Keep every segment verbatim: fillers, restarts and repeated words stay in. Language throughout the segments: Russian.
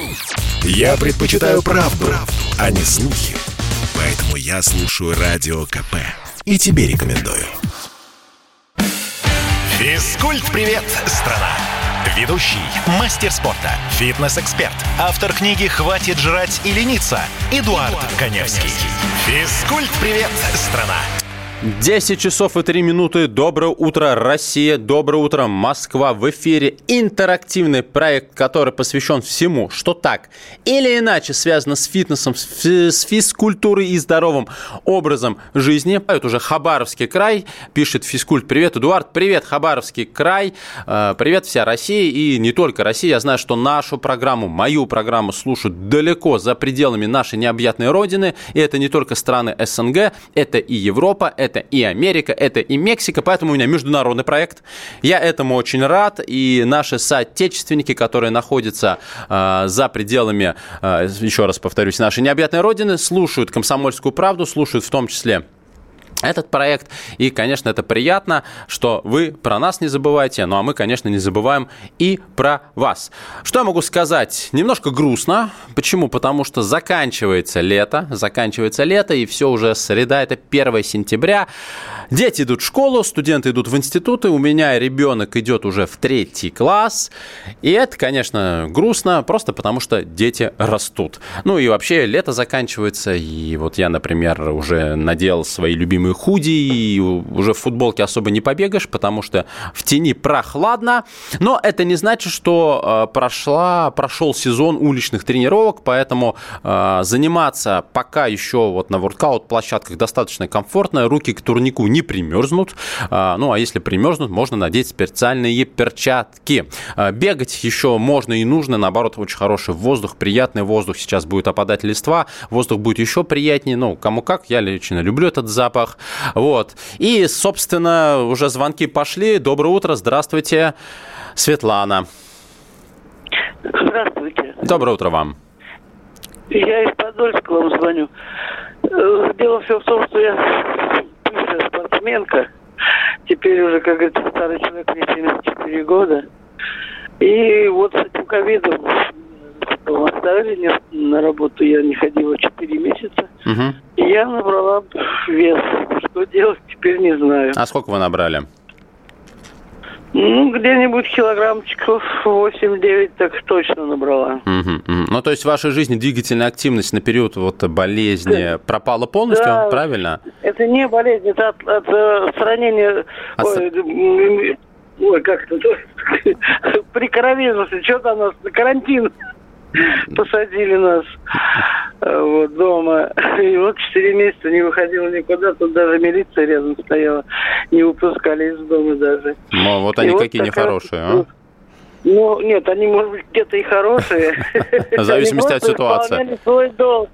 Я предпочитаю правду, правду, а не слухи. Поэтому я слушаю Радио КП. И тебе рекомендую. Физкульт-привет, страна! Ведущий, мастер спорта, фитнес-эксперт, автор книги «Хватит жрать и лениться» Эдуард, Эдуард Коневский. Физкульт-привет, страна! десять часов и три минуты. Доброе утро, Россия. Доброе утро, Москва. В эфире интерактивный проект, который посвящен всему, что так или иначе связано с фитнесом, с физкультурой и здоровым образом жизни. Это уже Хабаровский край. Пишет Физкульт. Привет, Эдуард. Привет, Хабаровский край. Привет, вся Россия. И не только Россия. Я знаю, что нашу программу, мою программу слушают далеко за пределами нашей необъятной родины. И это не только страны СНГ, это и Европа, это Это и Америка, это и Мексика, поэтому у меня международный проект. Я этому очень рад, и наши соотечественники, которые находятся э, за пределами, э, еще раз повторюсь, нашей необъятной родины, слушают «Комсомольскую правду», слушают в том числе этот проект. И, конечно, это приятно, что вы про нас не забываете, ну а мы, конечно, не забываем и про вас. Что я могу сказать? Немножко грустно. Почему? Потому что заканчивается лето, заканчивается лето, и все уже среда, это первое сентября. Дети идут в школу, студенты идут в институты, у меня ребенок идет уже в третий класс. И это, конечно, грустно, просто потому что дети растут. Ну и вообще лето заканчивается, и вот я, например, уже надел свои любимые худи, и уже в футболке особо не побегаешь, потому что в тени прохладно. Но это не значит, что прошла, прошел сезон уличных тренировок, поэтому э, заниматься пока еще вот на воркаут-площадках достаточно комфортно, руки к турнику не примерзнут. Э, ну, а если примерзнут, можно надеть специальные перчатки. Э, бегать еще можно и нужно, наоборот, очень хороший воздух, приятный воздух. Сейчас будет опадать листва, воздух будет еще приятнее. Ну, кому как, я лично люблю этот запах. Вот. И, собственно, уже звонки пошли. Доброе утро, здравствуйте, Светлана. Здравствуйте. Доброе утро вам. Я из Подольска вам звоню. Дело все в том, что я бывшая спортсменка. Теперь уже, как говорится, старый человек, мне семьдесят четыре года. И вот с этим ковидом оставили на работу, я не ходила четыре месяца. Угу. И я набрала вес. Что делать, теперь не знаю. А сколько вы набрали? Ну, где-нибудь килограммчиков восемь-девять так точно набрала. Угу, угу. Ну, то есть в вашей жизни двигательная активность на период вот болезни да. пропала полностью, да, правильно? Это не болезнь, это от, от, от сранения... От... Ой, ой, как это? При коронавирусе, что-то у нас на карантин. Посадили нас вот дома. И вот четыре месяца не выходила никуда. Тут даже милиция рядом стояла. Не выпускали из дома даже. Ну, вот они и какие вот нехорошие, а? Ну, нет, они, может быть, где-то и хорошие. В зависимости от ситуации. Они выполняли свой долг.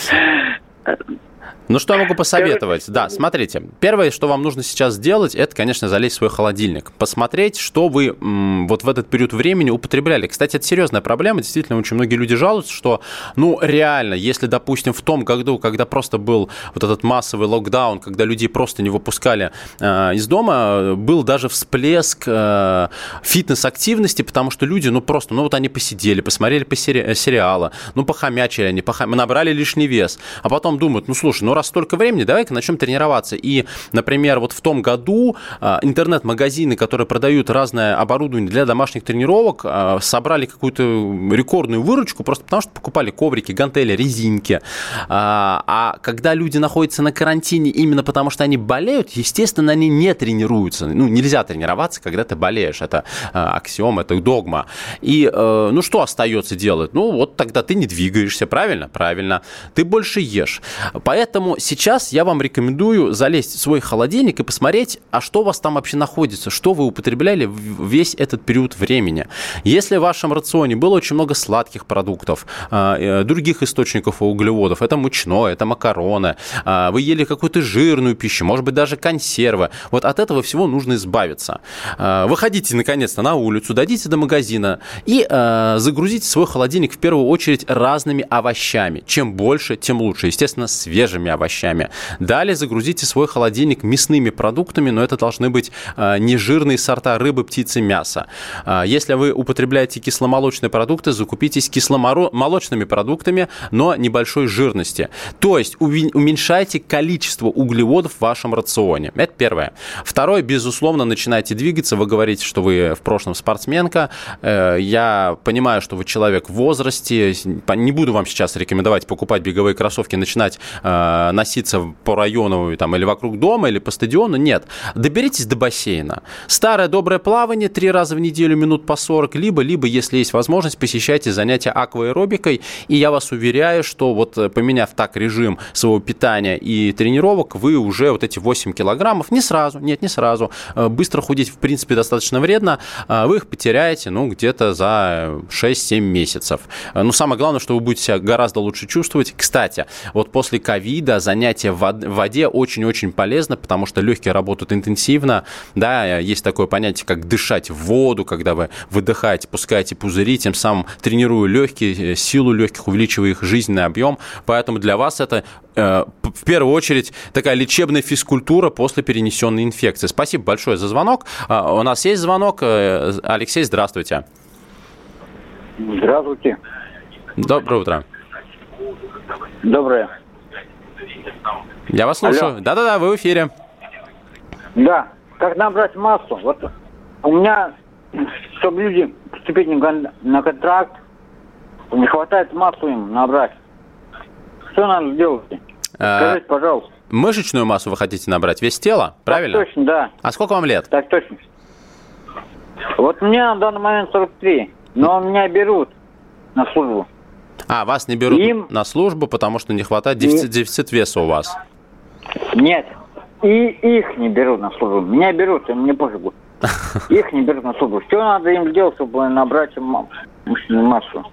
Ну, что я могу посоветовать? Да, смотрите, первое, что вам нужно сейчас сделать, это, конечно, залезть в свой холодильник. Посмотреть, что вы м, вот в этот период времени употребляли. Кстати, это серьезная проблема. Действительно, очень многие люди жалуются, что, ну, реально, если, допустим, в том году, когда просто был вот этот массовый локдаун, когда людей просто не выпускали э, из дома, был даже всплеск э, фитнес-активности, потому что люди, ну, просто, ну, вот они посидели, посмотрели по сери- сериалы, ну, похомячили они, похом... набрали лишний вес, а потом думают, ну, слушай, ну, раз столько времени, давай-ка начнем тренироваться. И, например, вот в том году э, интернет-магазины, которые продают разное оборудование для домашних тренировок, э, собрали какую-то рекордную выручку просто потому, что покупали коврики, гантели, резинки. А, а когда люди находятся на карантине именно потому, что они болеют, естественно, они не тренируются. Ну, нельзя тренироваться, когда ты болеешь. Это э, аксиома, это догма. И, э, ну, что остается делать? Ну, вот тогда ты не двигаешься, правильно? Правильно. Ты больше ешь. Поэтому сейчас я вам рекомендую залезть в свой холодильник и посмотреть, а что у вас там вообще находится, что вы употребляли весь этот период времени. Если в вашем рационе было очень много сладких продуктов, других источников углеводов, это мучное, это макароны, вы ели какую-то жирную пищу, может быть, даже консервы, вот от этого всего нужно избавиться. Выходите, наконец-то, на улицу, дойдите до магазина и загрузите свой холодильник в первую очередь разными овощами. Чем больше, тем лучше. Естественно, свежими овощами. Далее загрузите свой холодильник мясными продуктами, но это должны быть нежирные сорта рыбы, птицы, мяса. Если вы употребляете кисломолочные продукты, закупитесь кисломолочными продуктами, но небольшой жирности. То есть уменьшайте количество углеводов в вашем рационе. Это первое. Второе, безусловно, начинайте двигаться. Вы говорите, что вы в прошлом спортсменка. Я понимаю, что вы человек в возрасте. Не буду вам сейчас рекомендовать покупать беговые кроссовки, начинать носиться по району там, или вокруг дома, или по стадиону. Нет. Доберитесь до бассейна. Старое доброе плавание три раза в неделю, минут по сорок, либо, либо, если есть возможность, посещайте занятия акваэробикой. И я вас уверяю, что вот поменяв так режим своего питания и тренировок, вы уже вот эти восемь килограммов, не сразу, нет, не сразу, быстро худеть, в принципе, достаточно вредно, вы их потеряете, ну, где-то за шесть-семь месяцев. Но самое главное, что вы будете себя гораздо лучше чувствовать. Кстати, вот после ковида занятия в воде очень-очень полезно, потому что легкие работают интенсивно, да, есть такое понятие, как дышать в воду, когда вы выдыхаете, пускаете пузыри, тем самым тренируя легкие, силу легких, увеличивая их жизненный объем, поэтому для вас это э, в первую очередь такая лечебная физкультура после перенесенной инфекции. Спасибо большое за звонок. А, у нас есть звонок. Алексей, здравствуйте. Здравствуйте. Доброе утро. Доброе. Я вас слушаю. Алло. Да-да-да, вы в эфире. Да. Как набрать массу? Вот у меня, чтобы люди поступить на контракт, не хватает массу им набрать. Что надо делать? Скажите, пожалуйста. Мышечную массу вы хотите набрать? Вес тела? Правильно? Так точно, да. А сколько вам лет? Так точно. Вот мне на данный момент сорок три, но меня берут на службу. А, вас не берут им... на службу, потому что не хватает дефицит, дефицит веса у вас? Нет. И их не берут на службу. Меня берут, и мне пофигу. Их не берут на службу. Что надо им делать, чтобы набрать мышечную массу?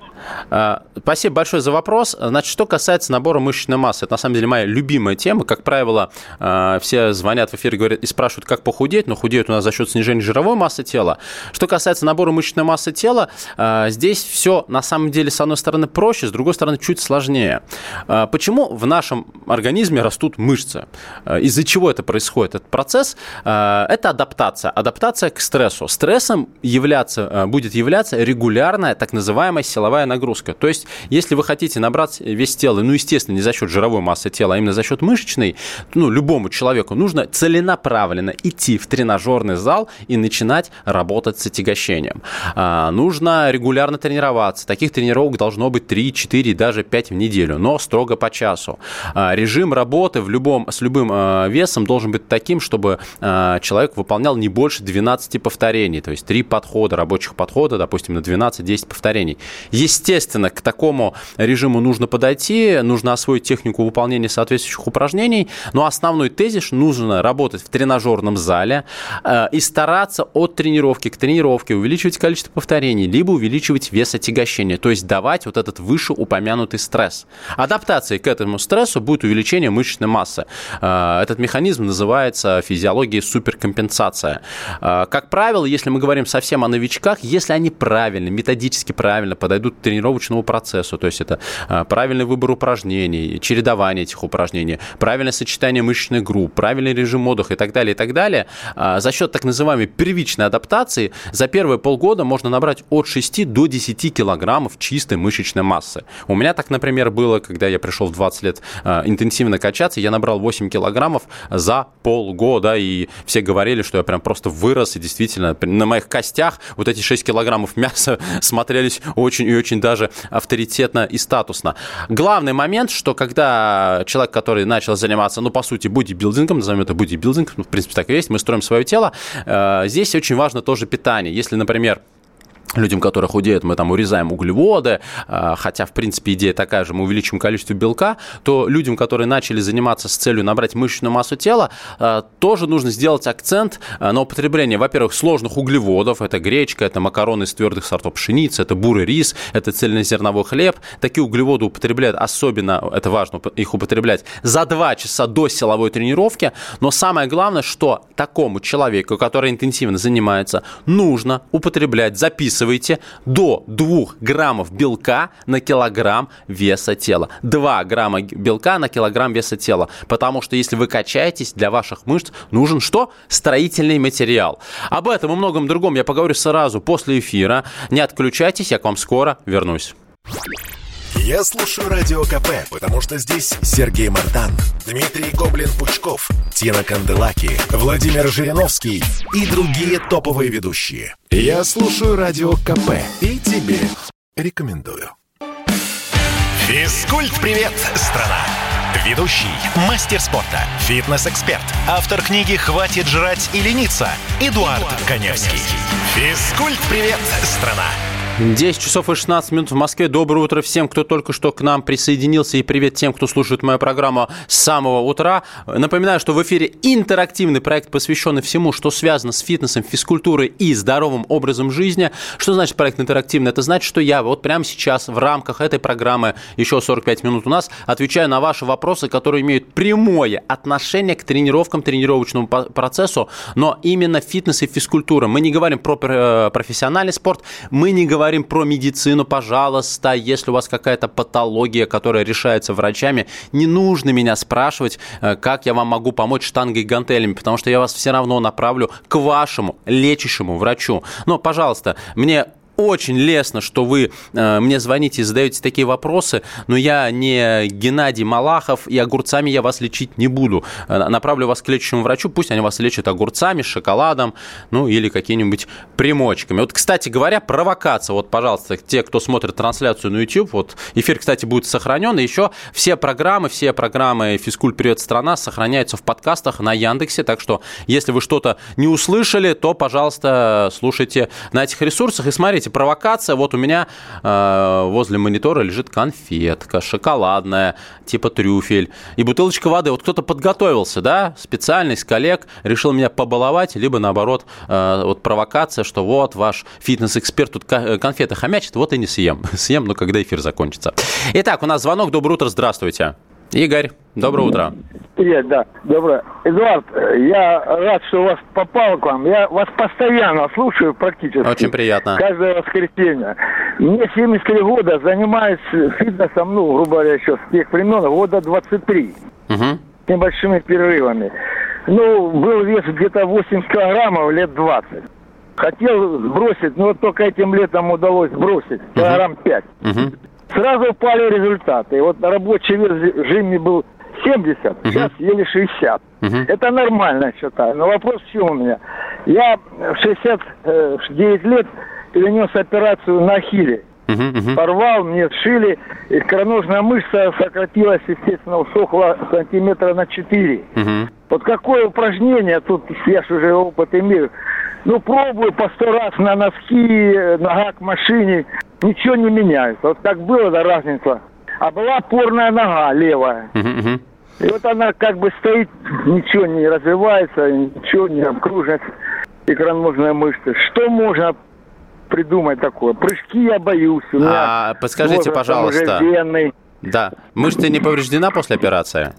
Спасибо большое за вопрос. Значит, что касается набора мышечной массы, это на самом деле моя любимая тема. Как правило, все звонят в эфир говорят, и спрашивают, как похудеть, но худеют у нас за счет снижения жировой массы тела. Что касается набора мышечной массы тела, здесь все на самом деле с одной стороны проще, с другой стороны чуть сложнее. Почему в нашем организме растут мышцы? Из-за чего это происходит? Этот процесс – это адаптация. Адаптация к стрессу. Стрессом являться, будет являться регулярная так называемая силовая нагрузка. То есть, если вы хотите набрать вес тела, ну, естественно, не за счет жировой массы тела, а именно за счет мышечной, ну, любому человеку нужно целенаправленно идти в тренажерный зал и начинать работать с отягощением. А, нужно регулярно тренироваться. Таких тренировок должно быть три, четыре, даже пять в неделю, но строго по часу. А, режим работы в любом, с любым а, весом должен быть таким, чтобы а, человек выполнял не больше двенадцати повторений, то есть три подхода, рабочих подхода, допустим, на двенадцать-десять повторений. Естественно, к такому режиму нужно подойти, нужно освоить технику выполнения соответствующих упражнений, но основной тезис – нужно работать в тренажерном зале э, и стараться от тренировки к тренировке увеличивать количество повторений, либо увеличивать вес отягощения, то есть давать вот этот вышеупомянутый стресс. Адаптацией к этому стрессу будет увеличение мышечной массы. Э, этот механизм называется физиологией суперкомпенсация. Э, как правило, если мы говорим совсем о новичках, если они правильно, методически правильно подойдут к тренировочному процессу, то есть это правильный выбор упражнений, чередование этих упражнений, правильное сочетание мышечных групп, правильный режим отдыха и так далее, и так далее, за счет так называемой первичной адаптации за первые полгода можно набрать от шести до десяти килограммов чистой мышечной массы. У меня так, например, было, когда я пришел в двадцать лет интенсивно качаться, я набрал восемь килограммов за полгода, и все говорили, что я прям просто вырос, и действительно на моих костях вот эти шесть килограммов мяса смотрелись очень и очень даже авторитетно и статусно. Главный момент, что когда человек, который начал заниматься, ну, по сути, бодибилдингом, назовем это бодибилдинг, ну, в принципе, так и есть, мы строим свое тело, э, здесь очень важно тоже питание. Если, например, людям, которые худеют, мы там урезаем углеводы, хотя, в принципе, идея такая же, мы увеличим количество белка, то людям, которые начали заниматься с целью набрать мышечную массу тела, тоже нужно сделать акцент на употребление, во-первых, сложных углеводов, это гречка, это макароны из твердых сортов пшеницы, это бурый рис, это цельнозерновой хлеб. Такие углеводы употребляют, особенно, это важно, их употреблять за два часа до силовой тренировки, но самое главное, что такому человеку, который интенсивно занимается, нужно употреблять, записывать записывайте, до двух граммов белка на килограмм веса тела. два грамма белка на килограмм веса тела. Потому что если вы качаетесь, для ваших мышц нужен что? Строительный материал. Об этом и многом другом я поговорю сразу после эфира. Не отключайтесь, я к вам скоро вернусь. Я слушаю Радио КП, потому что здесь Сергей Мартан, Дмитрий Гоблин-Пучков, Тина Канделаки, Владимир Жириновский и другие топовые ведущие. Я слушаю Радио КП и тебе рекомендую. Физкульт-привет, страна! Ведущий, мастер спорта, фитнес-эксперт, автор книги «Хватит жрать и лениться» Эдуард Коневский. Физкульт-привет, страна! десять часов и шестнадцать минут в Москве. Доброе утро всем, кто только что к нам присоединился. И привет тем, кто слушает мою программу с самого утра. Напоминаю, что в эфире интерактивный проект, посвященный всему, что связано с фитнесом, физкультурой и здоровым образом жизни. Что значит проект интерактивный? Это значит, что я вот прямо сейчас в рамках этой программы, еще сорок пять минут у нас, отвечаю на ваши вопросы, которые имеют прямое отношение к тренировкам, тренировочному процессу, но именно фитнес и физкультура. Мы не говорим про профессиональный спорт, мы не говорим про медицину, пожалуйста, если у вас какая-то патология, которая решается врачами, не нужно меня спрашивать, как я вам могу помочь штангой и гантелями, потому что я вас все равно направлю к вашему лечащему врачу. Но, пожалуйста, мне очень лестно, что вы э, мне звоните и задаете такие вопросы, но я не Геннадий Малахов, и огурцами я вас лечить не буду. Э, направлю вас к лечащему врачу, пусть они вас лечат огурцами, шоколадом, ну или какими-нибудь примочками. Вот, кстати говоря, провокация. Вот, пожалуйста, те, кто смотрит трансляцию на YouTube, вот эфир, кстати, будет сохранен, и еще все программы, все программы «Физкульт. Привет, страна» сохраняются в подкастах на Яндексе, так что, если вы что-то не услышали, то, пожалуйста, слушайте на этих ресурсах и смотрите. Провокация. Вот у меня э, возле монитора лежит конфетка шоколадная, типа трюфель, и бутылочка воды. Вот кто-то подготовился, да, специально из коллег, решил меня побаловать, либо наоборот, э, вот провокация, что вот ваш фитнес-эксперт тут конфеты хомячит, вот и не съем. Съем, но когда эфир закончится. Итак, у нас звонок. Доброе утро, здравствуйте. Игорь, доброе утро. Привет, да, доброе. Эдуард, я рад, что у вас попал к вам. Я вас постоянно слушаю практически. Очень приятно. Каждое воскресенье. Мне семьдесят три года, занимаюсь фитнесом, ну, грубо говоря, еще с тех времен, года двадцать три. Угу. С небольшими перерывами. Ну, был вес где-то восемьдесят килограммов лет двадцать. Хотел сбросить, но вот только этим летом удалось сбросить, килограмм пять. Угу. Сразу упали результаты. Вот рабочий вес в жиме был семьдесят, uh-huh. сейчас еле шестьдесят. Uh-huh. Это нормально, я считаю. Но вопрос в чем у меня? Я в шестьдесят девять лет перенес операцию на ахилле. Uh-huh. Uh-huh. Порвал, мне сшили, икроножная мышца сократилась, естественно, усохла сантиметра на четыре. Uh-huh. Вот какое упражнение, тут я же уже опыт имею. Ну, пробую по сто раз на носки, нога к машине. Ничего не меняется. Вот как было, да, разница. А была опорная нога левая. Uh-huh. И вот она как бы стоит, ничего не развивается, ничего не обкруживается, икроножная мышца. Что можно придумать такое? Прыжки я боюсь. У меня а, подскажите, пожалуйста. Да. Мышца не повреждена после операции?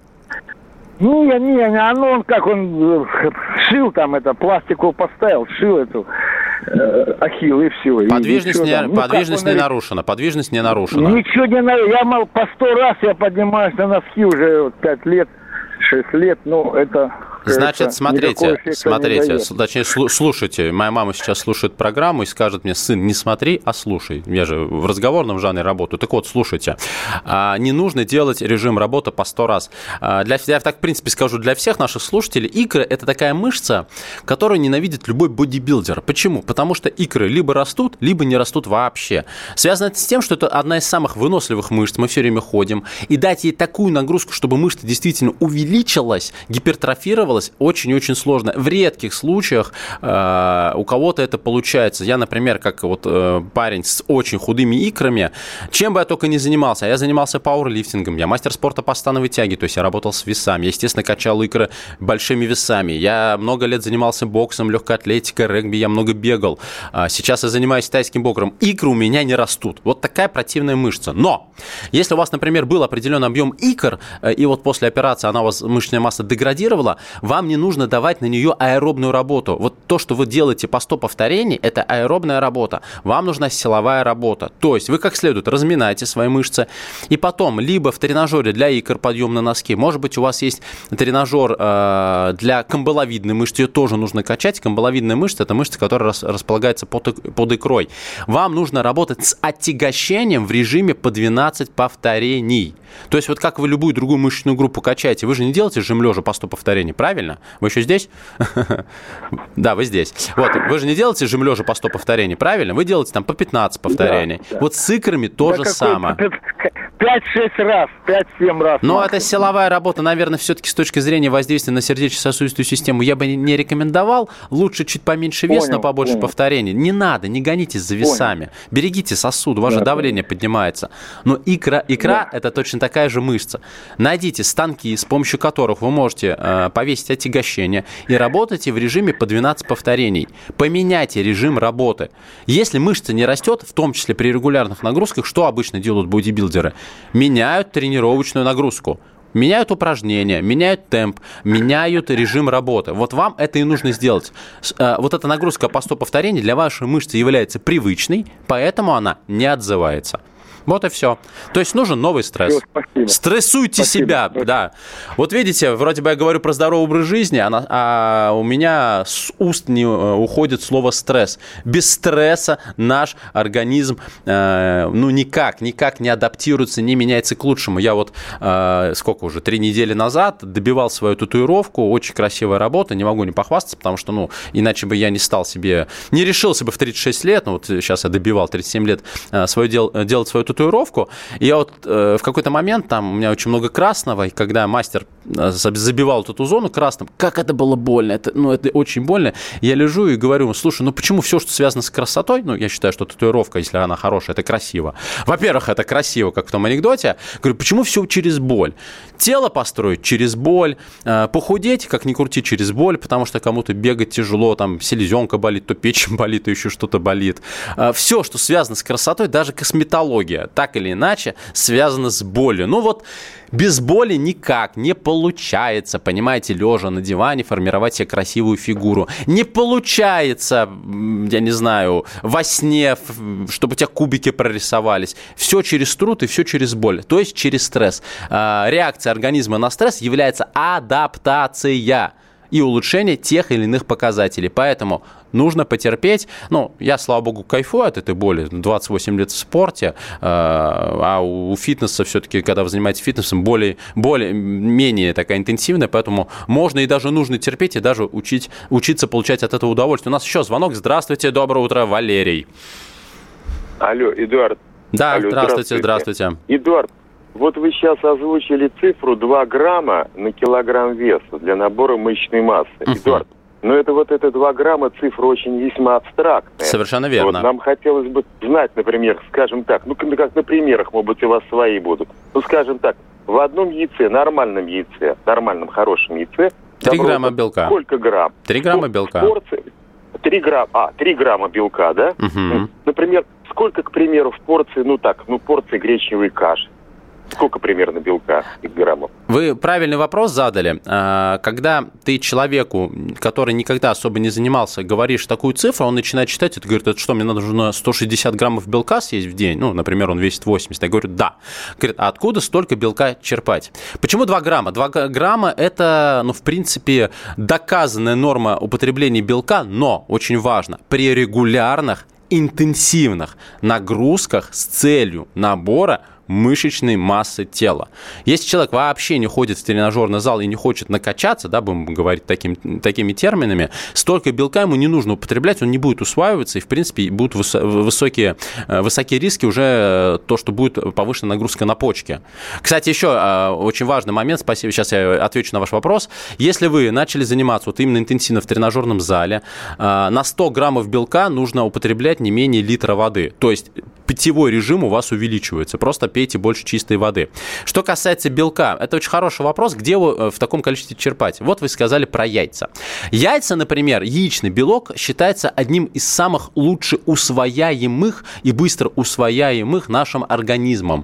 Не, не, не, оно он как он шил там это, пластику поставил, шил эту э, ахилл и все. Подвижность, и не, ну, подвижность не нарушена, подвижность не нарушена. Ничего не нарушена. Я мол, по сто раз я поднимаюсь на носки уже вот, пять лет, шесть лет, ну это... Значит, смотрите, смотрите, точнее, слушайте. Моя мама сейчас слушает программу и скажет мне: сын, не смотри, а слушай. Я же в разговорном жанре работаю. Так вот, слушайте. Не нужно делать режим работы по сто раз. Для, я так, в принципе, скажу, для всех наших слушателей икры – это такая мышца, которую ненавидит любой бодибилдер. Почему? Потому что икры либо растут, либо не растут вообще. Связано это с тем, что это одна из самых выносливых мышц. Мы все время ходим. И дать ей такую нагрузку, чтобы мышца действительно увеличилась, гипертрофировалась, очень-очень сложно. В редких случаях э, у кого-то это получается. Я, например, как вот э, парень с очень худыми икрами, чем бы я только не занимался. Я занимался пауэрлифтингом, я мастер спорта по становой тяге, то есть я работал с весами, я, естественно, качал икры большими весами. Я много лет занимался боксом, легкой атлетикой, регби, я много бегал. Сейчас я занимаюсь тайским боксом. Икры у меня не растут. Вот такая противная мышца. Но если у вас, например, был определенный объем икр, и вот после операции она у вас, мышечная масса, деградировала, вам не нужно давать на нее аэробную работу. Вот то, что вы делаете по сто повторений, это аэробная работа. Вам нужна силовая работа. То есть вы как следует разминаете свои мышцы, и потом либо в тренажере для икр подъем на носки, может быть, у вас есть тренажер э, для камбаловидной мышцы, ее тоже нужно качать. Камбаловидная мышца – это мышца, которая рас, располагается под, под икрой. Вам нужно работать с отягощением в режиме по двенадцать повторений. То есть вот как вы любую другую мышечную группу качаете, вы же не делаете жим лежа по сто повторений, правильно? Вы еще здесь? Да, вы здесь. Вот, вы же не делаете жим лежа по сто повторений, правильно? Вы делаете там по пятнадцать повторений. Вот с икрами то же самое. пять-шесть раз, пять-семь раз. Но это силовая работа, наверное, все-таки с точки зрения воздействия на сердечно-сосудистую систему я бы не рекомендовал. Лучше чуть поменьше вес, но побольше понял. повторений. Не надо, не гонитесь за весами. Понял. Берегите сосуд, у вас да, же давление понял. поднимается. Но икра, икра да. это точно такая же мышца. Найдите станки, с помощью которых вы можете э, повесить отягощение и работайте в режиме по двенадцать повторений. Поменяйте режим работы. Если мышца не растет, в том числе при регулярных нагрузках, что обычно делают бодибилдеры? Меняют тренировочную нагрузку. Меняют упражнения, меняют темп, меняют режим работы. Вот вам это и нужно сделать. Вот эта нагрузка по сто повторений для вашей мышцы является привычной, поэтому она не отзывается. Вот и все. То есть нужен новый стресс. Все, Стрессуйте спасибо. себя, спасибо. да. Вот видите, вроде бы я говорю про здоровый образ жизни, а, на, а у меня с уст не уходит слово стресс. Без стресса наш организм э, ну никак, никак не адаптируется, не меняется к лучшему. Я вот э, сколько уже, три недели назад добивал свою татуировку, очень красивая работа, не могу не похвастаться, потому что, ну, иначе бы я не стал себе, не решился бы в тридцать шесть лет, ну вот сейчас я добивал тридцать семь лет, э, свое дел, делать свою татуировку. И я вот э, в какой-то момент, там у меня очень много красного, и когда мастер забивал эту зону красным, как это было больно, это, ну, это очень больно. Я лежу и говорю, слушай, ну почему все, что связано с красотой, ну, я считаю, что татуировка, если она хорошая, это красиво. Во-первых, это красиво, как в том анекдоте. Говорю, почему все через боль? Тело построить через боль, э, похудеть, как ни крути, через боль, потому что кому-то бегать тяжело, там селезенка болит, то печень болит, то еще что-то болит. Э, все, что связано с красотой, даже косметология, так или иначе связано с болью. Ну вот без боли никак не получается, понимаете, лежа на диване формировать себе красивую фигуру. Не получается, я не знаю, во сне, чтобы у тебя кубики прорисовались. Все через труд и все через боль, то есть через стресс. Реакция организма на стресс является адаптация и улучшение тех или иных показателей. Поэтому нужно потерпеть. Ну, я, слава богу, кайфую от этой боли. двадцать восемь лет в спорте, а у фитнеса все-таки, когда вы занимаетесь фитнесом, более, более, менее такая интенсивная, поэтому можно и даже нужно терпеть, и даже учить, учиться получать от этого удовольствие. У нас еще звонок. Здравствуйте, доброе утро, Валерий. Алло, Эдуард. Да, Алло, здравствуйте, здравствуйте, здравствуйте. Эдуард, вот вы сейчас озвучили цифру два грамма на килограмм веса для набора мышечной массы. Uh-huh. Эдуард, но это вот это два грамма цифра очень весьма абстрактная. Совершенно верно. Вот нам хотелось бы знать, например, скажем так, ну как на примерах, может быть, у вас свои будут. Ну, скажем так, в одном яйце, нормальном яйце, нормальном хорошем яйце... три грамма белка. Сколько грамм? три грамма белка. Порции, три грамма, а, три грамма белка, да? Uh-huh. Например, сколько, к примеру, в порции, ну так, ну порции гречневой каши? Сколько примерно белка и граммов? Вы правильный вопрос задали. Когда ты человеку, который никогда особо не занимался, говоришь такую цифру, он начинает читать, и говорит, это что, мне нужно сто шестьдесят граммов белка съесть в день? Ну, например, он весит восемьдесят. Я говорю, да. Говорит, а откуда столько белка черпать? Почему два грамма? два грамма – это, ну, в принципе, доказанная норма употребления белка, но, очень важно, при регулярных, интенсивных нагрузках с целью набора мышечной массы тела. Если человек вообще не ходит в тренажерный зал и не хочет накачаться, да, будем говорить таким, такими терминами, столько белка ему не нужно употреблять, он не будет усваиваться, и, в принципе, будут высокие, высокие риски уже то, что будет повышенная нагрузка на почки. Кстати, еще очень важный момент, спасибо, сейчас я отвечу на ваш вопрос. Если вы начали заниматься вот именно интенсивно в тренажерном зале, на сто граммов белка нужно употреблять не менее литра воды. То есть питьевой режим у вас увеличивается. Просто пейте пейте больше чистой воды. Что касается белка, это очень хороший вопрос, где его в таком количестве черпать. Вот вы сказали про яйца. Яйца, например, яичный белок считается одним из самых лучше усвояемых и быстро усвояемых нашим организмом.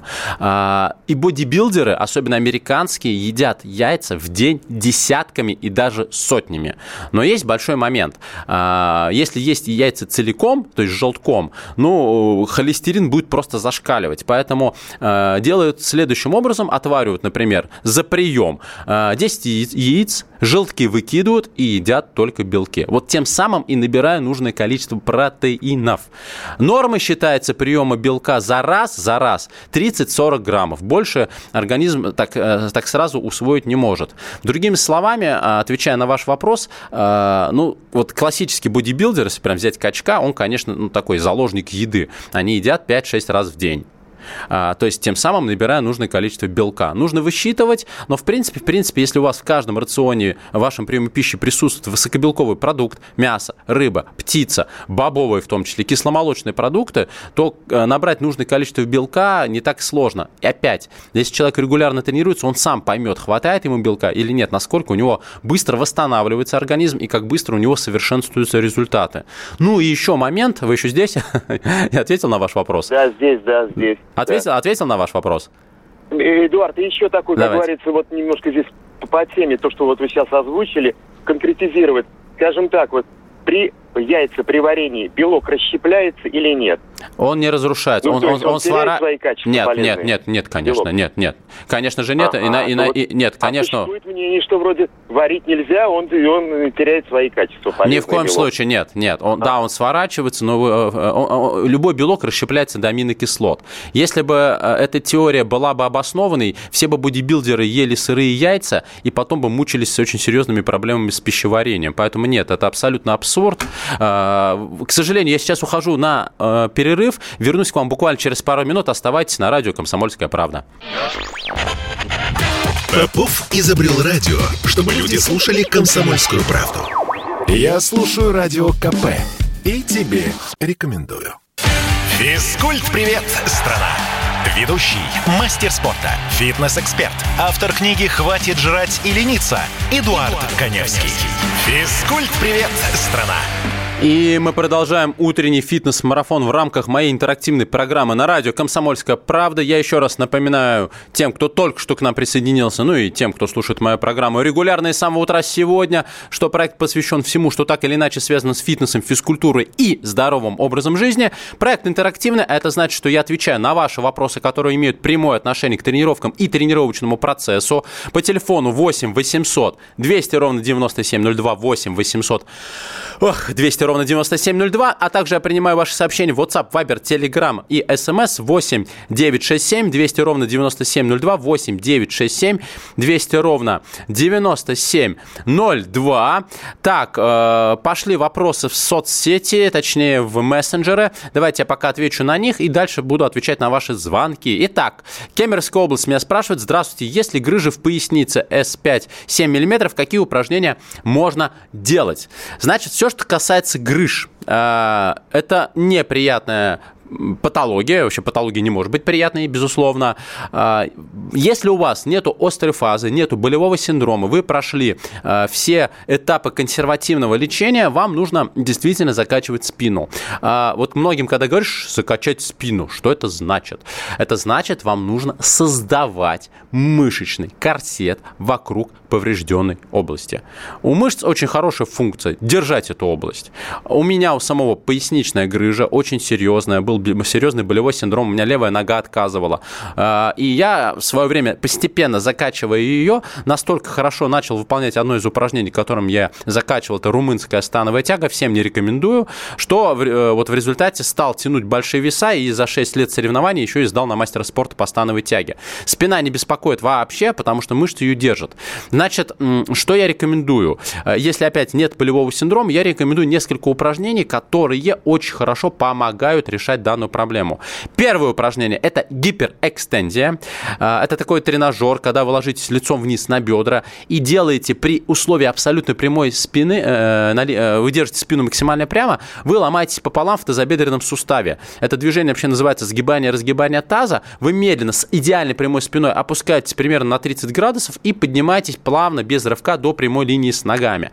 И бодибилдеры, особенно американские, едят яйца в день десятками и даже сотнями. Но есть большой момент. Если есть яйца целиком, то есть с желтком, ну, холестерин будет просто зашкаливать. Поэтому делают следующим образом. Отваривают, например, за прием десять яиц, желтки выкидывают и едят только белки. Вот тем самым и набирая нужное количество протеинов. Нормой считается приема белка за раз, за раз тридцать-сорок граммов. Больше организм так, так сразу усвоить не может. Другими словами, отвечая на ваш вопрос, ну, вот классический бодибилдер, если прям взять качка, он, конечно, ну, такой заложник еды. Они едят пять-шесть раз в день. А, то есть тем самым набирая нужное количество белка. Нужно высчитывать, но в принципе, в принципе, если у вас в каждом рационе, в вашем приеме пищи присутствует высокобелковый продукт, мясо, рыба, птица, бобовые в том числе, кисломолочные продукты, то набрать нужное количество белка не так сложно. И опять, если человек регулярно тренируется, он сам поймет, хватает ему белка или нет, насколько у него быстро восстанавливается организм и как быстро у него совершенствуются результаты. Ну и еще момент, вы еще здесь? Я ответил на ваш вопрос? Да, здесь, да, здесь. Ответил, да. Ответил на ваш вопрос? Эдуард, и еще такой, Давайте. Как говорится, вот немножко здесь по теме, то, что вот вы сейчас озвучили, конкретизировать. Скажем так, вот при яйца при варенье белок расщепляется или нет? Он не разрушается. Ну, он, он, он, он свара... свои качества нет, полезные? Нет, нет, нет, конечно, белок. нет, нет. Конечно же нет. Ага, и на, и на, вот, и, нет, конечно. А существует мнение, что вроде варить нельзя, он, он теряет свои качества. Ни в коем белок. случае нет, нет. Он, а. Да, он сворачивается, но он, он, любой белок расщепляется до аминокислот. Если бы эта теория была бы обоснованной, все бы бодибилдеры ели сырые яйца и потом бы мучились с очень серьезными проблемами с пищеварением. Поэтому нет, это абсолютно абсурд. К сожалению, я сейчас ухожу на э, перерыв. Вернусь к вам буквально через пару минут. Оставайтесь на радио «Комсомольская правда». Попов изобрел радио, чтобы люди слушали «Комсомольскую правду». Я слушаю радио КП и тебе рекомендую. Физкульт-привет, страна! Ведущий, мастер спорта, фитнес-эксперт, автор книги «Хватит жрать и лениться» Эдуард, Эдуард Коневский. Физкульт-привет, страна! И мы продолжаем утренний фитнес-марафон в рамках моей интерактивной программы на радио «Комсомольская правда». Я еще раз напоминаю тем, кто только что к нам присоединился, ну и тем, кто слушает мою программу регулярно и с самого утра сегодня, что проект посвящен всему, что так или иначе связано с фитнесом, физкультурой и здоровым образом жизни. Проект интерактивный, а это значит, что я отвечаю на ваши вопросы, которые имеют прямое отношение к тренировкам и тренировочному процессу. По телефону восемь восемьсот двести ровно девяносто семь ноль два, восемь восемьсот ох, двести ровно девяносто семь ноль два, а также я принимаю ваши сообщения в WhatsApp, Viber, Telegram и эс эм эс восемь девятьсот шестьдесят семь двести ровно девяносто семь ноль два, восемь девятьсот шестьдесят семь двести ровно девяносто семь ноль два. Так, э, пошли вопросы в соцсети, точнее в мессенджеры. Давайте я пока отвечу на них и дальше буду отвечать на ваши звонки. Итак, Кемеровская область меня спрашивает: здравствуйте, если грыжи в пояснице эс пять семь миллиметров, какие упражнения можно делать? Значит, все, что касается грыж, это неприятная патология, вообще патология не может быть приятной, безусловно. Если у вас нету острой фазы, нету болевого синдрома, вы прошли все этапы консервативного лечения, вам нужно действительно закачивать спину. Вот многим, когда говоришь закачать спину, что это значит? Это значит, вам нужно создавать мышечный корсет вокруг поврежденной области. У мышц очень хорошая функция держать эту область. У меня у самого поясничная грыжа очень серьезная, был серьезный болевой синдром, у меня левая нога отказывала. И я в свое время, постепенно закачивая ее, настолько хорошо начал выполнять одно из упражнений, которым я закачивал, это румынская становая тяга, всем не рекомендую, что вот в результате стал тянуть большие веса и за шесть лет соревнований еще и сдал на мастера спорта по становой тяге. Спина не беспокоит вообще, потому что мышцы ее держат. Значит, что я рекомендую? Если опять нет болевого синдрома, я рекомендую несколько упражнений, которые очень хорошо помогают решать данную проблему. Первое упражнение – это гиперэкстензия. Это такой тренажер, когда вы ложитесь лицом вниз на бедра и делаете при условии абсолютно прямой спины, вы держите спину максимально прямо, вы ломаетесь пополам в тазобедренном суставе. Это движение вообще называется сгибание-разгибание таза. Вы медленно с идеальной прямой спиной опускаетесь примерно на тридцать градусов и поднимаетесь плавно, без рывка, до прямой линии с ногами.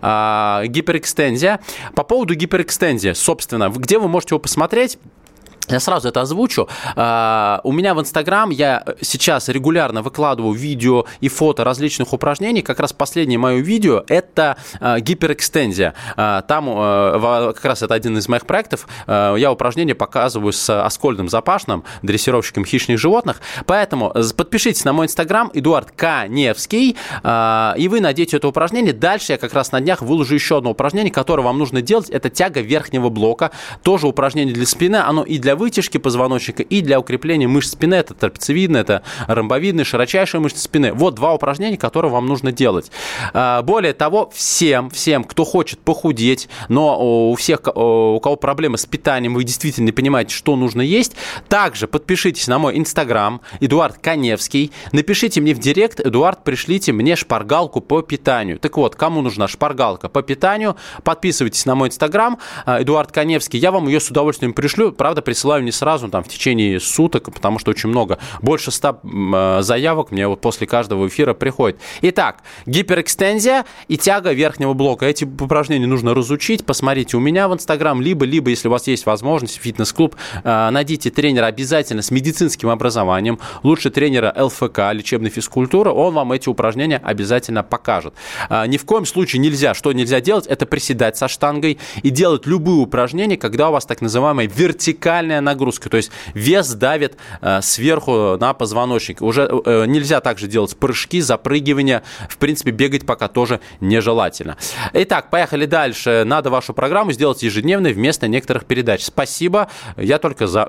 Гиперэкстензия. По поводу гиперэкстензии, собственно, где вы можете его посмотреть? Я сразу это озвучу. Uh, у меня в Инстаграм я сейчас регулярно выкладываю видео и фото различных упражнений. Как раз последнее мое видео – это uh, гиперэкстензия. Uh, там uh, как раз это один из моих проектов. Uh, я упражнения показываю с Аскольдом Запашным, дрессировщиком хищных животных. Поэтому подпишитесь на мой Инстаграм Эдуард Каневский, uh, и вы найдете это упражнение. Дальше я как раз на днях выложу еще одно упражнение, которое вам нужно делать. Это тяга верхнего блока. Тоже упражнение для спины. Оно и для вытяжки позвоночника, и для укрепления мышц спины. Это трапециевидная, это ромбовидная, широчайшая мышца спины. Вот два упражнения, которые вам нужно делать. Более того, всем, всем, кто хочет похудеть, но у всех, у кого проблемы с питанием, вы действительно не понимаете, что нужно есть, также подпишитесь на мой Инстаграм Эдуард Каневский, напишите мне в директ: Эдуард, пришлите мне шпаргалку по питанию. Так вот, кому нужна шпаргалка по питанию, подписывайтесь на мой Инстаграм Эдуард Каневский, я вам ее с удовольствием пришлю. Правда, присылаю не сразу, там, в течение суток, потому что очень много. Больше ста э, заявок мне вот после каждого эфира приходит. Итак, гиперэкстензия и тяга верхнего блока. Эти упражнения нужно разучить. Посмотрите у меня в Инстаграм, либо, либо, если у вас есть возможность, фитнес-клуб, э, найдите тренера обязательно с медицинским образованием. Лучше тренера эл эф ка, лечебной физкультуры. Он вам эти упражнения обязательно покажет. Э, ни в коем случае нельзя. Что нельзя делать? Это приседать со штангой и делать любые упражнения, когда у вас так называемая вертикальная нагрузка, то есть вес давит э, сверху на позвоночник. Уже э, нельзя также делать прыжки, запрыгивания. В принципе, бегать пока тоже нежелательно. Итак, поехали дальше. Надо вашу программу сделать ежедневной вместо некоторых передач. Спасибо. Я только за.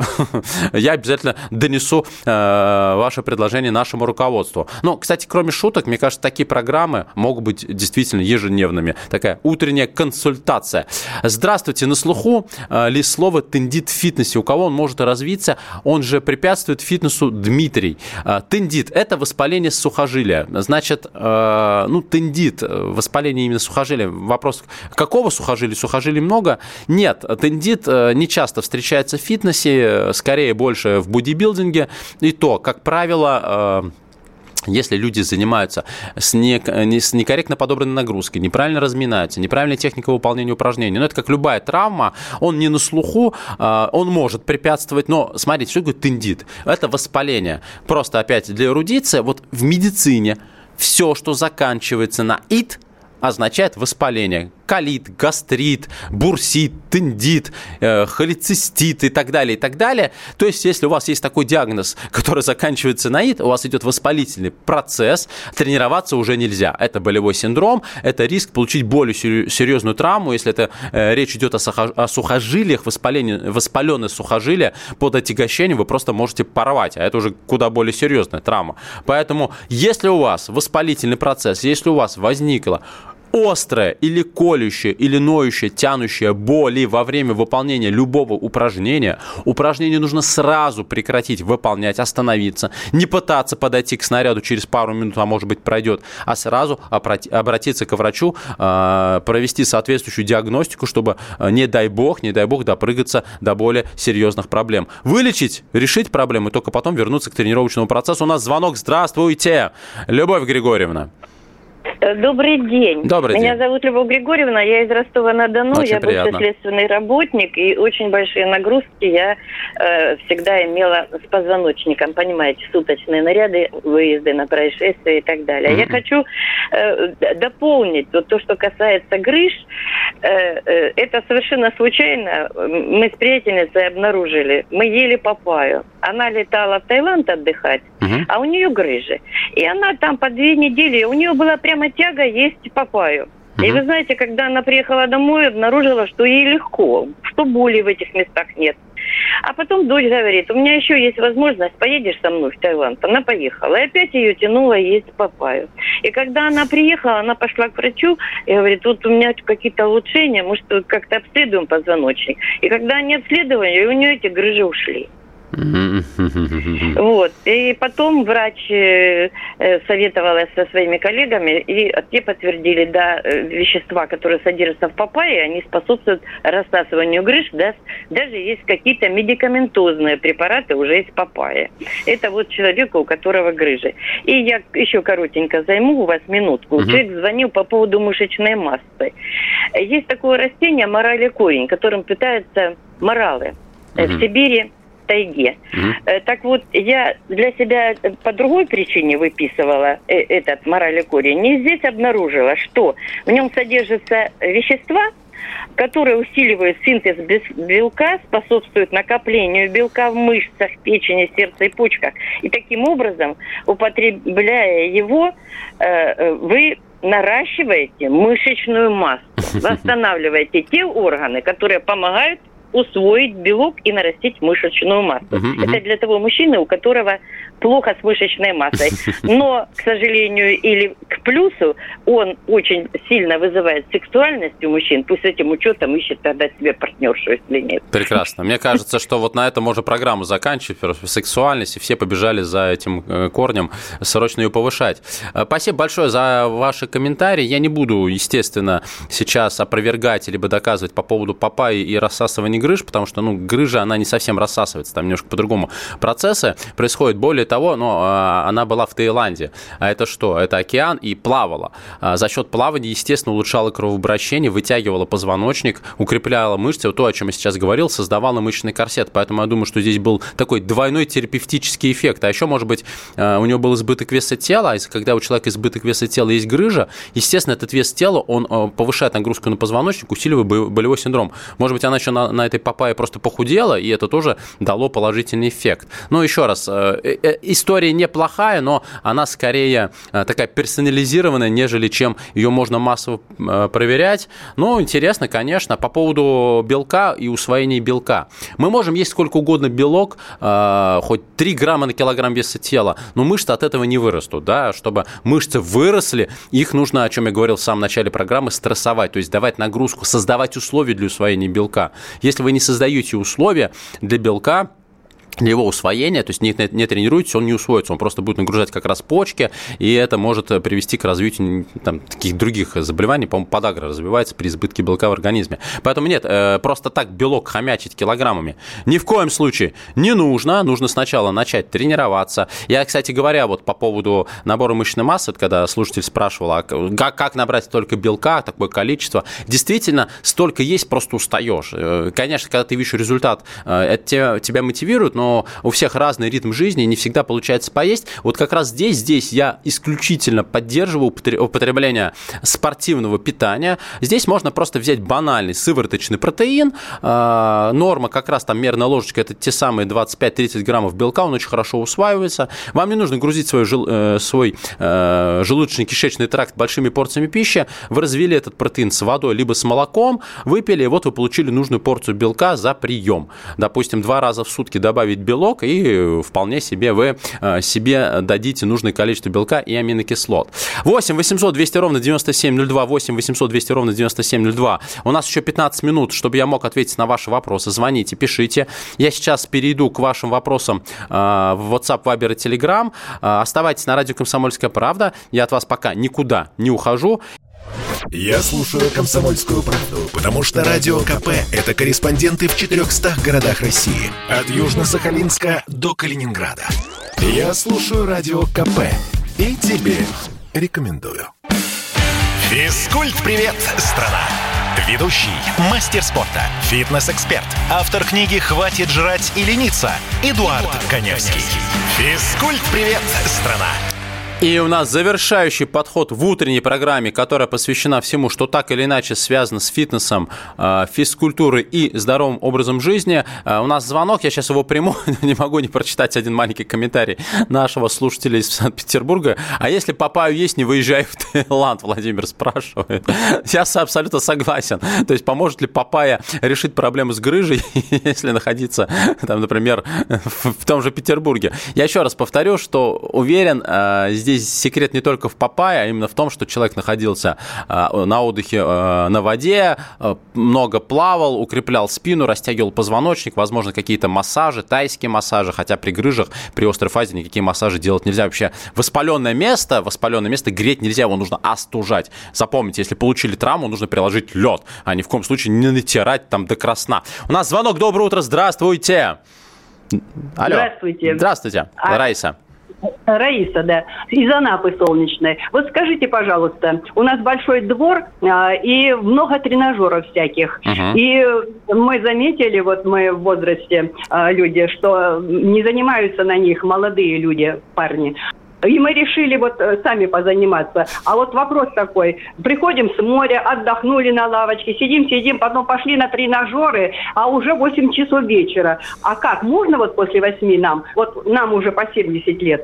Я обязательно донесу э, ваше предложение нашему руководству. Но, кстати, кроме шуток, мне кажется, такие программы могут быть действительно ежедневными. Такая утренняя консультация. Здравствуйте. На слуху э, ли слово «тендит» в фитнесе? У кого он может развиться? Он же препятствует фитнесу. Дмитрий. Тендит – это воспаление сухожилия. Значит, ну, тендит, воспаление именно сухожилия. Вопрос, какого сухожилия? Сухожилий много? Нет, тендит не часто встречается в фитнесе, скорее больше в бодибилдинге. И то, как правило, если люди занимаются с, не, с некорректно подобранной нагрузкой, неправильно разминаются, неправильной техникой выполнения упражнений, ну, это как любая травма, он не на слуху, он может препятствовать, но смотрите, что такое тендит? Это воспаление. Просто опять для эрудиции, вот в медицине все, что заканчивается на «ит», означает воспаление. Колит, гастрит, бурсит, тендит, э, холецистит и так далее, и так далее. То есть, если у вас есть такой диагноз, который заканчивается на «ит», у вас идет воспалительный процесс, тренироваться уже нельзя. Это болевой синдром, это риск получить более серьезную травму, если это э, речь идет о, сухо- о сухожилиях, воспаленные сухожилия под отягощением вы просто можете порвать, а это уже куда более серьезная травма. Поэтому, если у вас воспалительный процесс, если у вас возникла острая или колющая, или ноющая, тянущая боли во время выполнения любого упражнения, упражнение нужно сразу прекратить выполнять, остановиться, не пытаться подойти к снаряду через пару минут, а может быть пройдет, а сразу обратиться к врачу, провести соответствующую диагностику, чтобы, не дай бог, не дай бог, допрыгаться до более серьезных проблем. Вылечить, решить проблемы, только потом вернуться к тренировочному процессу. У нас звонок. Здравствуйте, Любовь Григорьевна. Добрый день. Добрый Меня день. зовут Любовь Григорьевна, я из Ростова-на-Дону, Очень я приятно. бывший следственный работник, и очень большие нагрузки я э, всегда имела с позвоночником, понимаете, суточные наряды, выезды на происшествия и так далее. Mm-hmm. Я хочу э, дополнить вот то, что касается грыж. Э, э, это совершенно случайно мы с приятельницей обнаружили. Мы ели папайю. Она летала в Таиланд отдыхать, mm-hmm. а у нее грыжи. И она там по две недели, у нее была прямо тяга есть папайю. Uh-huh. И вы знаете, когда она приехала домой, обнаружила, что ей легко, что боли в этих местах нет. А потом дочь говорит, у меня еще есть возможность, поедешь со мной в Таиланд? Она поехала. И опять ее тянуло есть папайю. И когда она приехала, она пошла к врачу и говорит, вот у меня какие-то улучшения, может, как-то обследуем позвоночник. И когда они обследовали, у нее эти грыжи ушли. Вот. И потом врач э, советовалась со своими коллегами, и те подтвердили, да, вещества, которые содержатся в папайе, они способствуют рассасыванию грыж, да, даже есть какие-то медикаментозные препараты уже из папайи. Это вот человеку, у которого грыжи. И я еще коротенько займу у вас минутку. Uh-huh. Человек звонил по поводу мышечной массы. Есть такое растение морали-корень, которым питаются моралы uh-huh. в Сибири, тайге. Mm-hmm. Так вот, я для себя по другой причине выписывала этот морали-корень. И здесь обнаружила, что в нем содержатся вещества, которые усиливают синтез белка, способствуют накоплению белка в мышцах, печени, сердце и почках. И таким образом, употребляя его, вы наращиваете мышечную массу, восстанавливаете те органы, которые помогают усвоить белок и нарастить мышечную массу. Uh-huh, uh-huh. Это для того мужчины, у которого плохо с мышечной массой. Но, к сожалению, или к плюсу, он очень сильно вызывает сексуальность у мужчин. Пусть с этим учетом ищет тогда себе партнершу, если нет. Прекрасно. Мне кажется, что вот на этом можно программу заканчивать. Сексуальность, и все побежали за этим корнем, срочно ее повышать. Спасибо большое за ваши комментарии. Я не буду, естественно, сейчас опровергать либо доказывать по поводу папайи и рассасывания грыж, потому что, ну, грыжа, она не совсем рассасывается, там немножко по-другому процессы происходят. Более того, ну, она была в Таиланде. А это что? Это океан, и плавала. За счет плавания, естественно, улучшала кровообращение, вытягивала позвоночник, укрепляла мышцы. Вот то, о чем я сейчас говорил, создавала мышечный корсет. Поэтому я думаю, что здесь был такой двойной терапевтический эффект. А еще, может быть, у него был избыток веса тела, а когда у человека избыток веса тела есть грыжа, естественно, этот вес тела, он повышает нагрузку на позвоночник, усиливает болевой синдром. Может быть, она еще на, на этой папайе просто похудела, и это тоже дало положительный эффект. Но еще раз, история неплохая, но она скорее такая персонализированная, нежели чем ее можно массово проверять. Но интересно, конечно, по поводу белка и усвоения белка. Мы можем есть сколько угодно белок, хоть три грамма на килограмм веса тела, но мышцы от этого не вырастут. Да? Чтобы мышцы выросли, их нужно, о чем я говорил в самом начале программы, стрессовать, то есть давать нагрузку, создавать условия для усвоения белка. Если вы не создаете условия для белка, для его усвоения, то есть не, не тренируетесь, он не усвоится, он просто будет нагружать как раз почки, и это может привести к развитию там, таких других заболеваний, по-моему, подагра развивается при избытке белка в организме. Поэтому нет, просто так белок хомячить килограммами ни в коем случае не нужно, нужно сначала начать тренироваться. Я, кстати говоря, вот по поводу набора мышечной массы, когда слушатель спрашивал, а как, как набрать столько белка, такое количество, действительно, столько есть, просто устаешь. Конечно, когда ты видишь результат, это тебя, тебя мотивирует, но у всех разный ритм жизни, не всегда получается поесть. Вот как раз здесь, здесь я исключительно поддерживаю употребление спортивного питания. Здесь можно просто взять банальный сывороточный протеин. Норма как раз там мерная ложечка, это те самые двадцать пять тридцать граммов белка, он очень хорошо усваивается. Вам не нужно грузить свой, жел, свой желудочно-кишечный тракт большими порциями пищи. Вы развели этот протеин с водой, либо с молоком, выпили, и вот вы получили нужную порцию белка за прием. Допустим, два раза в сутки добавить белок, и вполне себе вы себе дадите нужное количество белка и аминокислот. восемь восемьсот двести ровно девяносто семь ноль два, восемь восемьсот двести ровно девяносто семь ноль два. У нас еще пятнадцать минут, чтобы я мог ответить на ваши вопросы. Звоните, пишите. Я сейчас перейду к вашим вопросам в WhatsApp, Viber и Telegram. Оставайтесь на радио «Комсомольская правда». Я от вас пока никуда не ухожу. Я слушаю «Комсомольскую правду», потому что Радио КП – это корреспонденты в четырехстах городах России. От Южно-Сахалинска до Калининграда. Я слушаю Радио КП и тебе рекомендую. Физкульт-привет, страна! Ведущий, мастер спорта, фитнес-эксперт, автор книги «Хватит жрать и лениться» Эдуард, Эдуард Коневский. Физкульт-привет, страна! И у нас завершающий подход в утренней программе, которая посвящена всему, что так или иначе связано с фитнесом, физкультурой и здоровым образом жизни. У нас звонок, я сейчас его приму, не могу не прочитать один маленький комментарий нашего слушателя из Санкт-Петербурга. А если Папайю есть, не выезжай в Таиланд, Владимир спрашивает. Я абсолютно согласен. То есть поможет ли Папайя решить проблему с грыжей, если находиться, там, например, в том же Петербурге? Я еще раз повторю, что уверен, здесь секрет не только в папайе, а именно в том, что человек находился на отдыхе на воде, много плавал, укреплял спину, растягивал позвоночник, возможно, какие-то массажи, тайские массажи, хотя при грыжах, при острой фазе никакие массажи делать нельзя. Вообще воспаленное место, воспаленное место греть нельзя, его нужно остужать. Запомните, если получили травму, нужно приложить лед, а ни в коем случае не натирать там до красна. У нас звонок, доброе утро, здравствуйте. Алло. Здравствуйте. Здравствуйте, а... Раиса. Раиса, да, из Анапы солнечной. Вот скажите, пожалуйста, у нас большой двор а, и много тренажеров всяких. Uh-huh. И мы заметили, вот мы в возрасте а, люди, что не занимаются на них молодые люди, парни. И мы решили вот сами позаниматься. А вот вопрос такой. Приходим с моря, отдохнули на лавочке, сидим-сидим, потом пошли на тренажеры, а уже восемь часов вечера. А как? Можно вот после восьми нам? Вот нам уже по семьдесят лет.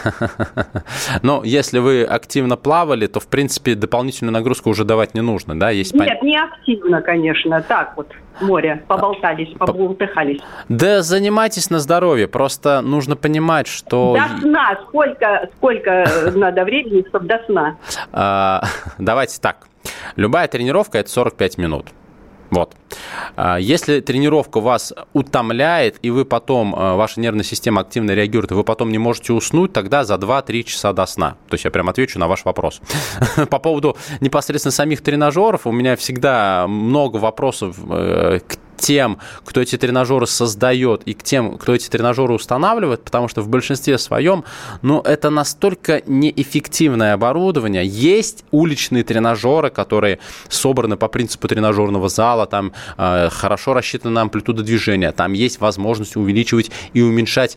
Ну, если вы активно плавали, то, в принципе, дополнительную нагрузку уже давать не нужно, да? Есть Нет, пон... не активно, конечно. Так вот, море, поболтались, поболтыхались. Да занимайтесь на здоровье. Просто нужно понимать, что... До сна. Сколько, сколько надо времени, чтобы до сна? Давайте так. Любая тренировка – это сорок пять минут. Вот. Если тренировка вас утомляет, и вы потом, ваша нервная система активно реагирует, и вы потом не можете уснуть, тогда за два-три часа до сна. То есть я прям отвечу на ваш вопрос. По поводу непосредственно самих тренажеров, у меня всегда много вопросов к тем, кто эти тренажеры создает, и к тем, кто эти тренажеры устанавливает, потому что в большинстве своем, ну, это настолько неэффективное оборудование. Есть уличные тренажеры, которые собраны по принципу тренажерного зала, там э, хорошо рассчитана амплитуда движения, там есть возможность увеличивать и уменьшать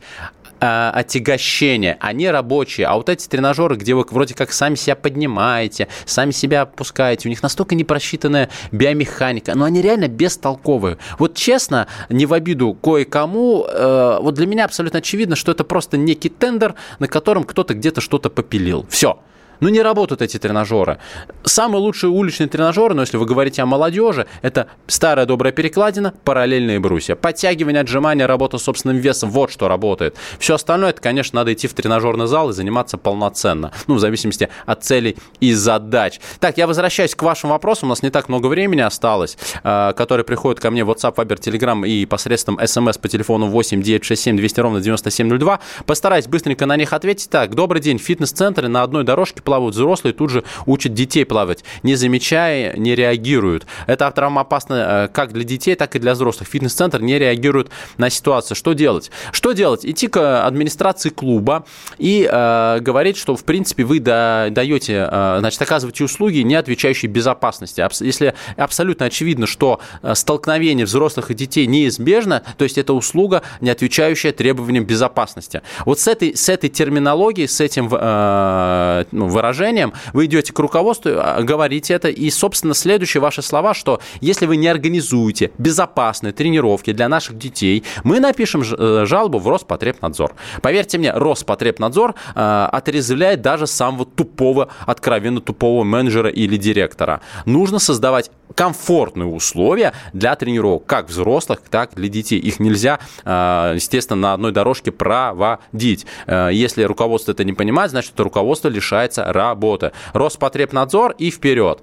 отягощения, они рабочие, а вот эти тренажеры, где вы вроде как сами себя поднимаете, сами себя опускаете, у них настолько непросчитанная биомеханика, но они реально бестолковые. Вот честно, не в обиду кое-кому, э, вот для меня абсолютно очевидно, что это просто некий тендер, на котором кто-то где-то что-то попилил. Все. Ну, не работают эти тренажеры. Самые лучшие уличные тренажеры, но если вы говорите о молодежи, это старая добрая перекладина, параллельные брусья. Подтягивание, отжимания, работа с собственным весом, вот что работает. Все остальное, это, конечно, надо идти в тренажерный зал и заниматься полноценно. Ну, в зависимости от целей и задач. Так, я возвращаюсь к вашим вопросам. У нас не так много времени осталось, которые приходят ко мне в WhatsApp, Viber, Telegram и посредством смс по телефону восемь девятьсот шестьдесят семь двести ровно девяносто семь ноль два. Постараюсь быстренько на них ответить. Так, добрый день. В фитнес-центре на одной дорожке плавают взрослые, тут же учат детей плавать, не замечая, не реагируют. Это травмоопасно как для детей, так и для взрослых. Фитнес-центр не реагирует на ситуацию. Что делать? Что делать? Идти к администрации клуба и э, говорить, что, в принципе, вы да, даете, э, значит, оказываете услуги, не отвечающие безопасности. Если абсолютно очевидно, что столкновение взрослых и детей неизбежно, то есть это услуга, не отвечающая требованиям безопасности. Вот с этой, с этой терминологией, с этим э, ну, выражением вы идете к руководству, говорите это, и, собственно, следующие ваши слова, что если вы не организуете безопасные тренировки для наших детей, мы напишем жалобу в Роспотребнадзор. Поверьте мне, Роспотребнадзор э, отрезвляет даже самого тупого, откровенно тупого менеджера или директора. Нужно создавать комфортные условия для тренировок, как взрослых, так и для детей. Их нельзя, естественно, на одной дорожке проводить. Если руководство это не понимает, значит, это руководство лишается работы. Роспотребнадзор и вперед.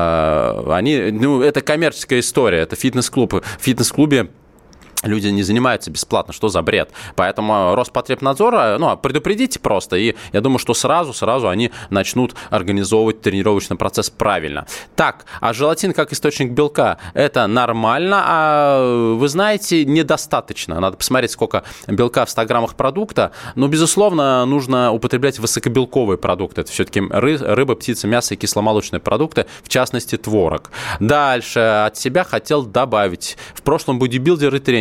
Они, ну, это коммерческая история, это фитнес-клуб. В фитнес-клубе люди не занимаются бесплатно, что за бред? Поэтому Роспотребнадзор, ну, предупредите просто, и я думаю, что сразу-сразу они начнут организовывать тренировочный процесс правильно. Так, а желатин как источник белка, это нормально, а вы знаете, недостаточно. Надо посмотреть, сколько белка в ста граммах продукта, но, безусловно, нужно употреблять высокобелковые продукты. Это все-таки рыба, птица, мясо и кисломолочные продукты, в частности, творог. Дальше от себя хотел добавить. В прошлом бодибилдер и тренер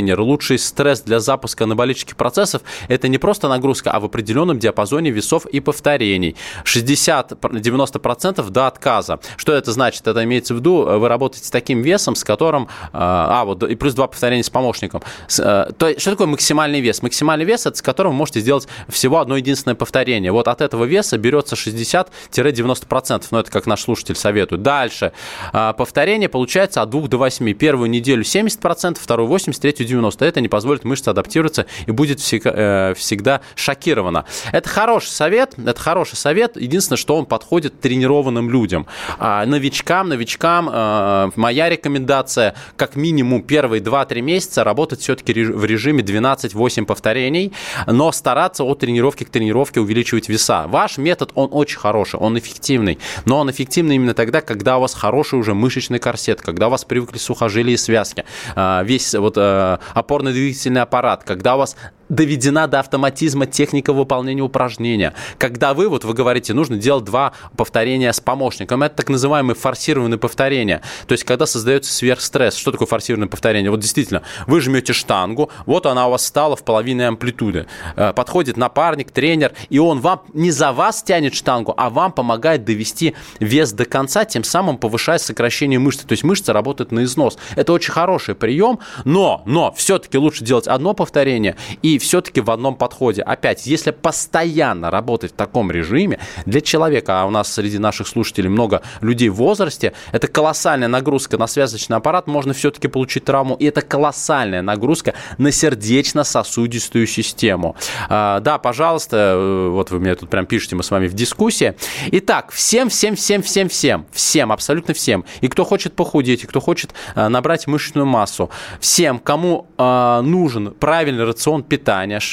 тренер. Лучший стресс для запуска анаболических процессов – это не просто нагрузка, а в определенном диапазоне весов и повторений. шестьдесят-девяносто процентов до отказа. Что это значит? Это имеется в виду, вы работаете с таким весом, с которым... А, вот, и плюс два повторения с помощником. То есть, что такое максимальный вес? Максимальный вес – это с которым вы можете сделать всего одно единственное повторение. Вот от этого веса берется шестьдесят-девяносто процентов. Ну, это как наш слушатель советует. Дальше. Повторение получается от двух до восьми. Первую неделю семьдесят процентов, вторую восемьдесят процентов, третью девяносто процентов. Это не позволит мышце адаптироваться и будет всегда, всегда шокирована. Это хороший совет. Это хороший совет. Единственное, что он подходит тренированным людям. Новичкам, новичкам моя рекомендация как минимум первые два-три месяца работать все-таки в режиме двенадцать-восемь повторений, но стараться от тренировки к тренировке увеличивать веса. Ваш метод, он очень хороший, он эффективный, но он эффективный именно тогда, когда у вас хороший уже мышечный корсет, когда у вас привыкли сухожилия и связки, весь вот опорно-двигательный аппарат, когда у вас доведена до автоматизма техника выполнения упражнения. Когда вы, вот вы говорите, нужно делать два повторения с помощником. Это так называемые форсированные повторения. То есть, когда создается сверхстресс. Что такое форсированное повторение? Вот действительно, вы жмете штангу, вот она у вас стала в половине амплитуды. Подходит напарник, тренер, и он вам не за вас тянет штангу, а вам помогает довести вес до конца, тем самым повышая сокращение мышцы. То есть, мышца работает на износ. Это очень хороший прием, но, но все-таки лучше делать одно повторение и все-таки в одном подходе. Опять, если постоянно работать в таком режиме, для человека, а у нас среди наших слушателей много людей в возрасте, это колоссальная нагрузка на связочный аппарат, можно все-таки получить травму, и это колоссальная нагрузка на сердечно-сосудистую систему. А, да, пожалуйста, вот вы мне тут прям пишете, мы с вами в дискуссии. Итак, всем, всем, всем, всем, всем, всем, абсолютно всем, и кто хочет похудеть, и кто хочет а, набрать мышечную массу, всем, кому а, нужен правильный рацион питания,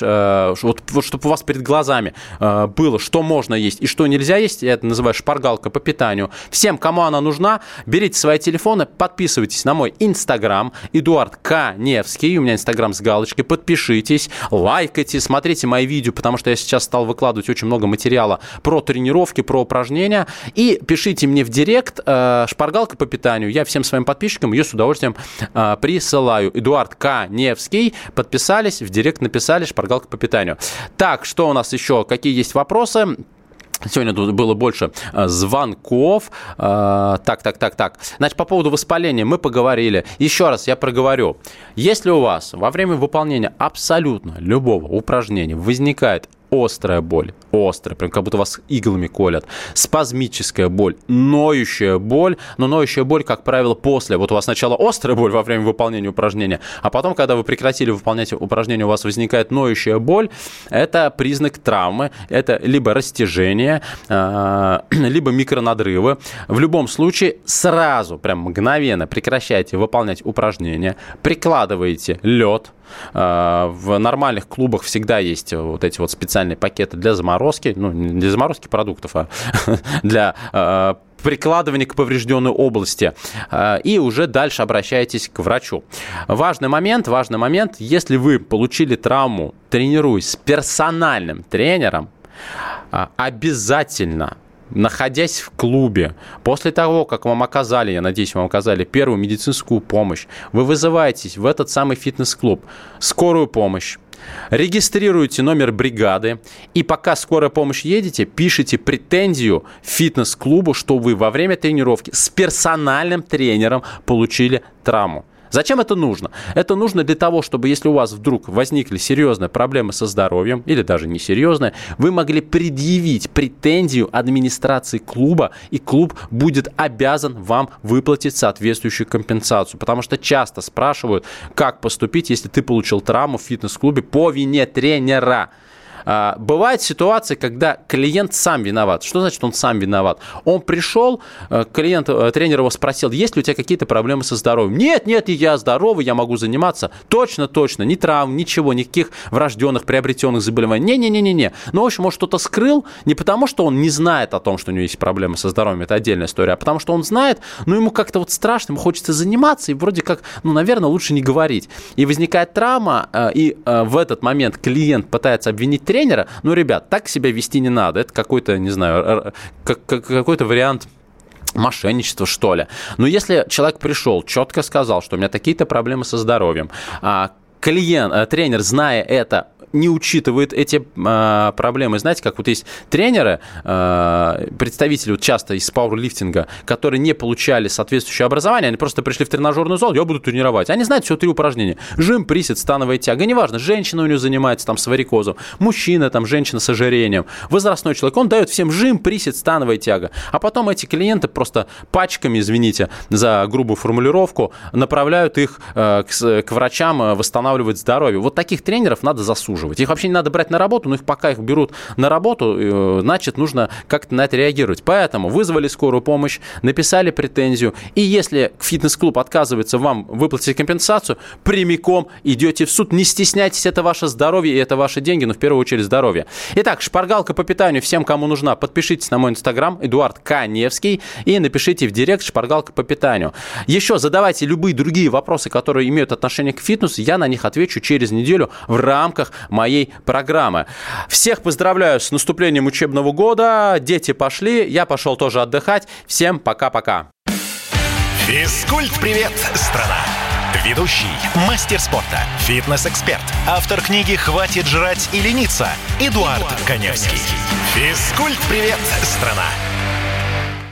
вот, вот чтобы у вас перед глазами э, было, что можно есть и что нельзя есть, я это называю шпаргалка по питанию. Всем, кому она нужна, берите свои телефоны, подписывайтесь на мой Инстаграм, Эдуард Каневский, у меня Инстаграм с галочкой, подпишитесь, лайкайте, смотрите мои видео, потому что я сейчас стал выкладывать очень много материала про тренировки, про упражнения, и пишите мне в директ э, шпаргалка по питанию, я всем своим подписчикам ее с удовольствием э, присылаю. Эдуард Каневский, подписались, в директ написали шпаргалка по питанию. Так, что у нас еще? Какие есть вопросы? Сегодня тут было больше звонков. Так, так, так, так. Значит, по поводу воспаления мы поговорили. Еще раз я проговорю. Если у вас во время выполнения абсолютно любого упражнения возникает острая боль, острая, прям как будто вас иглами колят, спазмическая боль, ноющая боль, но ноющая боль, как правило, после. Вот у вас сначала острая боль во время выполнения упражнения, а потом, когда вы прекратили выполнять упражнение, у вас возникает ноющая боль, это признак травмы, это либо растяжение, либо микронадрывы. В любом случае, сразу, прям мгновенно прекращайте выполнять упражнения, прикладываете лед. В нормальных клубах всегда есть вот эти вот специальные пакеты для заморозки, ну, не для заморозки продуктов, а для э, прикладывания к поврежденной области. Э, и уже дальше обращайтесь к врачу. Важный момент, важный момент, если вы получили травму, тренируясь с персональным тренером, э, обязательно, находясь в клубе, после того, как вам оказали, я надеюсь, вам оказали первую медицинскую помощь, вы вызываетесь в этот самый фитнес-клуб, скорую помощь, регистрируете номер бригады, и пока скорая помощь едете, пишите претензию фитнес-клубу, что вы во время тренировки с персональным тренером получили травму. Зачем это нужно? Это нужно для того, чтобы если у вас вдруг возникли серьезные проблемы со здоровьем, или даже несерьезные, вы могли предъявить претензию администрации клуба, и клуб будет обязан вам выплатить соответствующую компенсацию. Потому что часто спрашивают, как поступить, если ты получил травму в фитнес-клубе по вине тренера. Бывает ситуация, когда клиент сам виноват. Что значит он сам виноват? Он пришел, клиент, тренер его спросил, есть ли у тебя какие-то проблемы со здоровьем? Нет, нет, я здоровый, я могу заниматься. Точно, точно, ни травм, ничего, никаких врожденных, приобретенных заболеваний. Не-не-не-не-не. Ну, в общем, он что-то скрыл, не потому, что он не знает о том, что у него есть проблемы со здоровьем, это отдельная история, а потому, что он знает, но ему как-то вот страшно, ему хочется заниматься, и вроде как, ну, наверное, лучше не говорить. И возникает травма, и в этот момент клиент пытается обвинить тренера. тренера, ну, ребят, так себя вести не надо. Это какой-то, не знаю, какой-то вариант мошенничества, что ли. Но если человек пришел, четко сказал, что у меня такие-то проблемы со здоровьем, клиент, тренер, зная это, не учитывает эти э, проблемы. Знаете, как вот есть тренеры, э, представители вот часто из пауэрлифтинга, которые не получали соответствующее образование, они просто пришли в тренажерный зал, я буду тренировать. Они знают всего три упражнения. Жим, присед, становая тяга. Неважно, женщина у него занимается там с варикозом, мужчина, там, женщина с ожирением, возрастной человек. Он дает всем жим, присед, становая тяга. А потом эти клиенты просто пачками, извините за грубую формулировку, направляют их э, к, к врачам восстанавливать здоровье. Вот таких тренеров надо засуживать. Их вообще не надо брать на работу, но их пока их берут на работу, значит, нужно как-то на это реагировать. Поэтому вызвали скорую помощь, написали претензию, и если фитнес-клуб отказывается вам выплатить компенсацию, прямиком идете в суд. Не стесняйтесь, это ваше здоровье и это ваши деньги, но в первую очередь здоровье. Итак, шпаргалка по питанию всем, кому нужна, подпишитесь на мой инстаграм, Эдуард Каневский, и напишите в директ шпаргалка по питанию. Еще задавайте любые другие вопросы, которые имеют отношение к фитнесу, я на них отвечу через неделю в рамках моей программы. Всех поздравляю с наступлением учебного года. Дети пошли, я пошел тоже отдыхать. Всем пока-пока. Физкульт-привет, страна! Ведущий, мастер спорта, фитнес-эксперт, автор книги «Хватит жрать и лениться» Эдуард Каневский. Физкульт-привет, страна!